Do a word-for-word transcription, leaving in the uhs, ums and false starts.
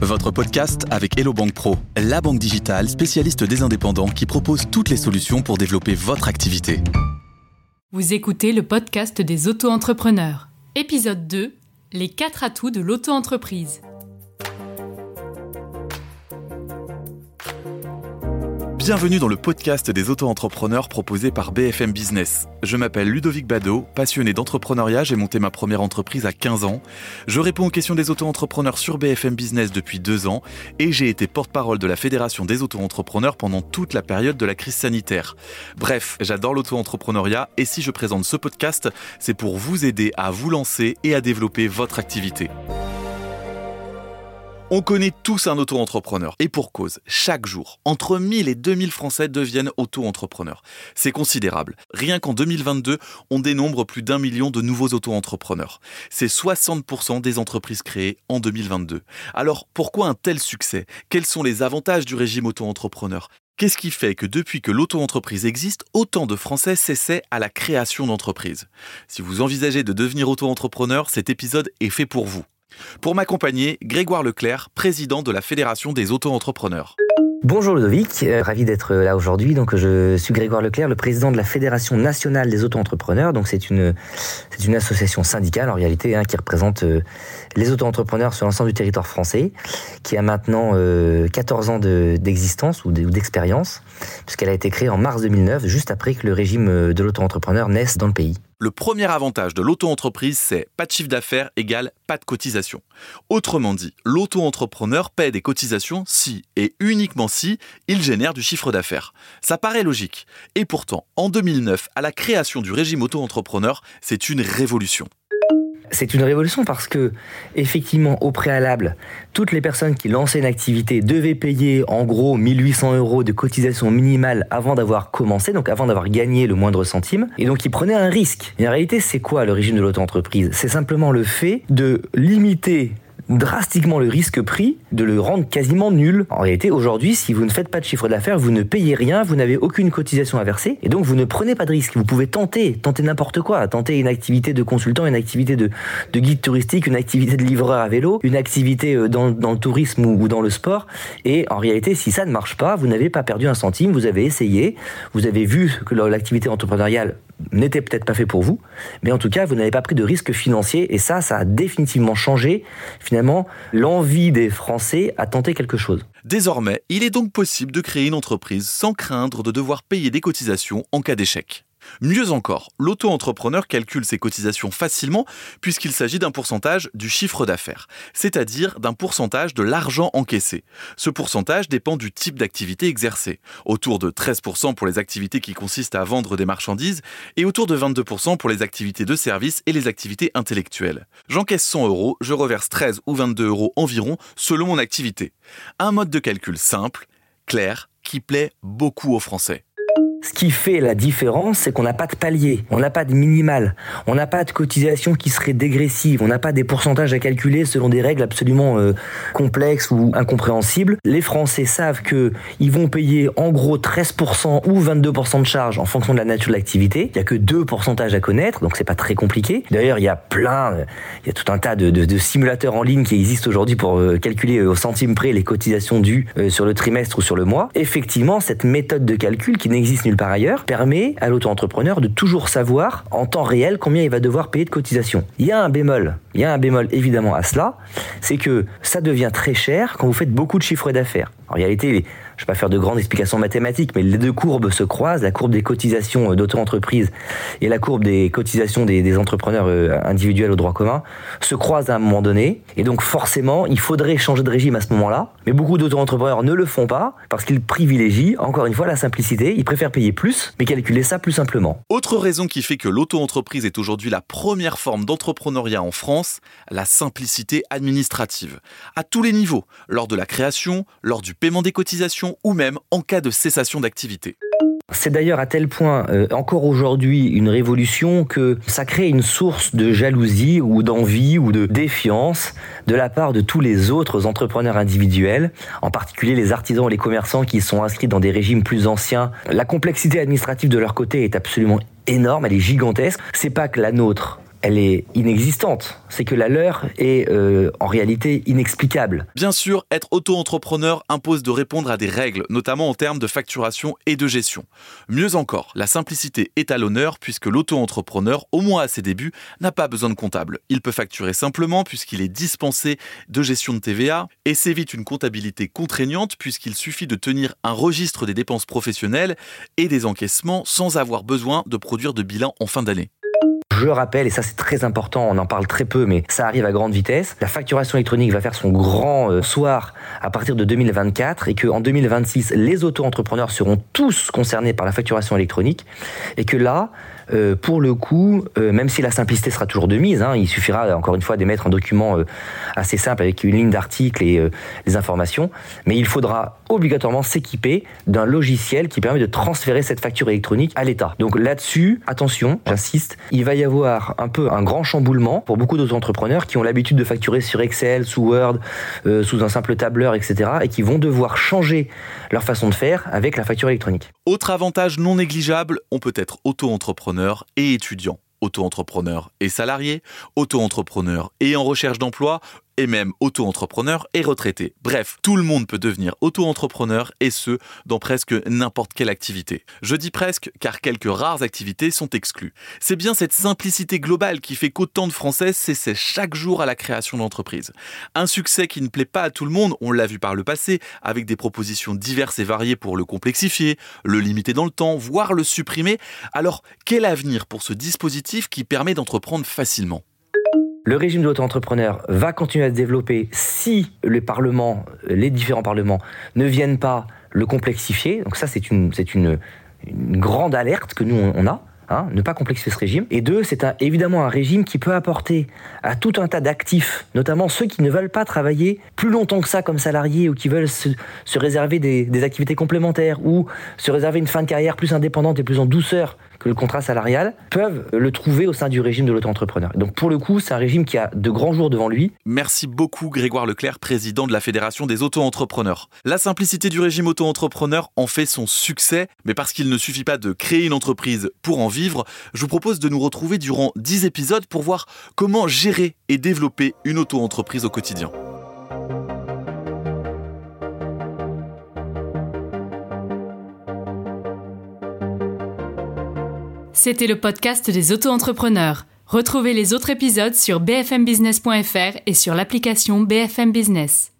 Votre podcast avec Hello Bank Pro, la banque digitale spécialiste des indépendants qui propose toutes les solutions pour développer votre activité. Vous écoutez le podcast des auto-entrepreneurs. Épisode deux, les quatre atouts de l'auto-entreprise. Bienvenue dans le podcast des auto-entrepreneurs proposé par B F M Business. Je m'appelle Ludovic Bado, passionné d'entrepreneuriat, j'ai monté ma première entreprise à quinze ans. Je réponds aux questions des auto-entrepreneurs sur B F M Business depuis deux ans et j'ai été porte-parole de la Fédération des auto-entrepreneurs pendant toute la période de la crise sanitaire. Bref, j'adore l'auto-entrepreneuriat et si je présente ce podcast, c'est pour vous aider à vous lancer et à développer votre activité. On connaît tous un auto-entrepreneur, et pour cause, chaque jour, entre mille et deux mille Français deviennent auto-entrepreneurs. C'est considérable. Rien qu'en deux mille vingt-deux, on dénombre plus d'un million de nouveaux auto-entrepreneurs. C'est soixante pour cent des entreprises créées en deux mille vingt-deux. Alors, pourquoi un tel succès ? Quels sont les avantages du régime auto-entrepreneur ? Qu'est-ce qui fait que depuis que l'auto-entreprise existe, autant de Français s'essaient à la création d'entreprises ? Si vous envisagez de devenir auto-entrepreneur, cet épisode est fait pour vous. Pour m'accompagner, Grégoire Leclerc, président de la Fédération des auto-entrepreneurs. Bonjour Ludovic, euh, ravi d'être là aujourd'hui. Donc je suis Grégoire Leclerc, le président de la Fédération nationale des auto-entrepreneurs. Donc c'est une c'est une association syndicale en réalité hein, qui représente euh, les auto-entrepreneurs sur l'ensemble du territoire français, qui a maintenant euh, quatorze ans de, d'existence ou, de, ou d'expérience, puisqu'elle a été créée en mars deux mille neuf, juste après que le régime de l'auto-entrepreneur naisse dans le pays. Le premier avantage de l'auto-entreprise, c'est pas de chiffre d'affaires égale pas de cotisation. Autrement dit, l'auto-entrepreneur paie des cotisations si et uniquement si il génère du chiffre d'affaires. Ça paraît logique. Et pourtant, en deux mille neuf, à la création du régime auto-entrepreneur, c'est une révolution. C'est une révolution parce que, effectivement, au préalable, toutes les personnes qui lançaient une activité devaient payer en gros mille huit cents euros de cotisation minimale avant d'avoir commencé, donc avant d'avoir gagné le moindre centime, et donc ils prenaient un risque. Et en réalité, c'est quoi le régime de l'auto-entreprise ? C'est simplement le fait de limiter drastiquement le risque pris, de le rendre quasiment nul. En réalité, aujourd'hui, si vous ne faites pas de chiffre d'affaires, vous ne payez rien, vous n'avez aucune cotisation à verser, et donc vous ne prenez pas de risque. Vous pouvez tenter, tenter n'importe quoi, tenter une activité de consultant, une activité de, de guide touristique, une activité de livreur à vélo, une activité dans, dans le tourisme ou, ou dans le sport, et en réalité, si ça ne marche pas, vous n'avez pas perdu un centime, vous avez essayé, vous avez vu que l'activité entrepreneuriale n'était peut-être pas fait pour vous, mais en tout cas, vous n'avez pas pris de risque financier, et ça, ça a définitivement changé, finalement, l'envie des Français à tenter quelque chose. Désormais, il est donc possible de créer une entreprise sans craindre de devoir payer des cotisations en cas d'échec. Mieux encore, l'auto-entrepreneur calcule ses cotisations facilement puisqu'il s'agit d'un pourcentage du chiffre d'affaires, c'est-à-dire d'un pourcentage de l'argent encaissé. Ce pourcentage dépend du type d'activité exercée, autour de treize pour cent pour les activités qui consistent à vendre des marchandises et autour de vingt-deux pour cent pour les activités de service et les activités intellectuelles. J'encaisse cent euros, je reverse treize ou vingt-deux euros environ selon mon activité. Un mode de calcul simple, clair, qui plaît beaucoup aux Français. Ce qui fait la différence, c'est qu'on n'a pas de palier, on n'a pas de minimal, on n'a pas de cotisation qui serait dégressive, on n'a pas des pourcentages à calculer selon des règles absolument euh, complexes ou incompréhensibles. Les Français savent qu'ils vont payer en gros treize pour cent ou vingt-deux pour cent de charges en fonction de la nature de l'activité. Il n'y a que deux pourcentages à connaître, donc c'est pas très compliqué. D'ailleurs, il y a plein, il y a tout un tas de, de, de simulateurs en ligne qui existent aujourd'hui pour euh, calculer au centime près les cotisations dues euh, sur le trimestre ou sur le mois. Effectivement, cette méthode de calcul qui n'existe nulle par ailleurs, permet à l'auto-entrepreneur de toujours savoir en temps réel combien il va devoir payer de cotisation. Il y a un bémol, il y a un bémol évidemment à cela, c'est que ça devient très cher quand vous faites beaucoup de chiffre d'affaires. En réalité, je ne vais pas faire de grandes explications mathématiques, mais les deux courbes se croisent, la courbe des cotisations d'auto-entreprise et la courbe des cotisations des, des entrepreneurs individuels au droit commun se croisent à un moment donné, et donc forcément, il faudrait changer de régime à ce moment-là, mais beaucoup d'auto-entrepreneurs ne le font pas, parce qu'ils privilégient, encore une fois, la simplicité, ils préfèrent payer plus, mais calculer ça plus simplement. Autre raison qui fait que l'auto-entreprise est aujourd'hui la première forme d'entrepreneuriat en France, la simplicité administrative. À tous les niveaux, lors de la création, lors du paiement des cotisations ou même en cas de cessation d'activité. C'est d'ailleurs à tel point, euh, encore aujourd'hui, une révolution que ça crée une source de jalousie ou d'envie ou de défiance de la part de tous les autres entrepreneurs individuels, en particulier les artisans et les commerçants qui sont inscrits dans des régimes plus anciens. La complexité administrative de leur côté est absolument énorme, elle est gigantesque. C'est pas que la nôtre elle est inexistante. C'est que la leur est euh, en réalité inexplicable. Bien sûr, être auto-entrepreneur impose de répondre à des règles, notamment en termes de facturation et de gestion. Mieux encore, la simplicité est à l'honneur puisque l'auto-entrepreneur, au moins à ses débuts, n'a pas besoin de comptable. Il peut facturer simplement puisqu'il est dispensé de gestion de T V A et s'évite une comptabilité contraignante puisqu'il suffit de tenir un registre des dépenses professionnelles et des encaissements sans avoir besoin de produire de bilan en fin d'année. Je rappelle, et ça c'est très important, on en parle très peu, mais ça arrive à grande vitesse, la facturation électronique va faire son grand euh, soir à partir de deux mille vingt-quatre et qu'en deux mille vingt-six, les auto-entrepreneurs seront tous concernés par la facturation électronique et que là, euh, pour le coup, euh, même si la simplicité sera toujours de mise, hein, il suffira encore une fois d'émettre un document euh, assez simple avec une ligne d'article et euh, les informations, mais il faudra obligatoirement s'équiper d'un logiciel qui permet de transférer cette facture électronique à l'État. Donc là-dessus, attention, j'insiste, il va y avoir un peu un grand chamboulement pour beaucoup d'auto-entrepreneurs qui ont l'habitude de facturer sur Excel, sous Word, euh, sous un simple tableur, et cetera et qui vont devoir changer leur façon de faire avec la facture électronique. Autre avantage non négligeable, on peut être auto-entrepreneur et étudiant. Auto-entrepreneur et salarié, auto-entrepreneur et en recherche d'emploi, et même auto-entrepreneur et retraité. Bref, tout le monde peut devenir auto-entrepreneur et ce, dans presque n'importe quelle activité. Je dis presque car quelques rares activités sont exclues. C'est bien cette simplicité globale qui fait qu'autant de Français s'essaient chaque jour à la création d'entreprises. Un succès qui ne plaît pas à tout le monde, on l'a vu par le passé, avec des propositions diverses et variées pour le complexifier, le limiter dans le temps, voire le supprimer. Alors, quel avenir pour ce dispositif qui permet d'entreprendre facilement ? Le régime de l'auto-entrepreneur va continuer à se développer si le Parlement, les différents parlements ne viennent pas le complexifier. Donc ça, c'est une, c'est une, une grande alerte que nous, on a. Hein, ne pas complexifier ce régime. Et deux, c'est un, évidemment un régime qui peut apporter à tout un tas d'actifs, notamment ceux qui ne veulent pas travailler plus longtemps que ça comme salariés ou qui veulent se, se réserver des, des activités complémentaires ou se réserver une fin de carrière plus indépendante et plus en douceur que le contrat salarial, peuvent le trouver au sein du régime de l'auto-entrepreneur. Donc pour le coup, c'est un régime qui a de grands jours devant lui. Merci beaucoup Grégoire Leclerc, président de la Fédération des auto-entrepreneurs. La simplicité du régime auto-entrepreneur en fait son succès, mais parce qu'il ne suffit pas de créer une entreprise pour en vivre, je vous propose de nous retrouver durant dix épisodes pour voir comment gérer et développer une auto-entreprise au quotidien. C'était le podcast des auto-entrepreneurs. Retrouvez les autres épisodes sur b f m business point f r et sur l'application B F M Business.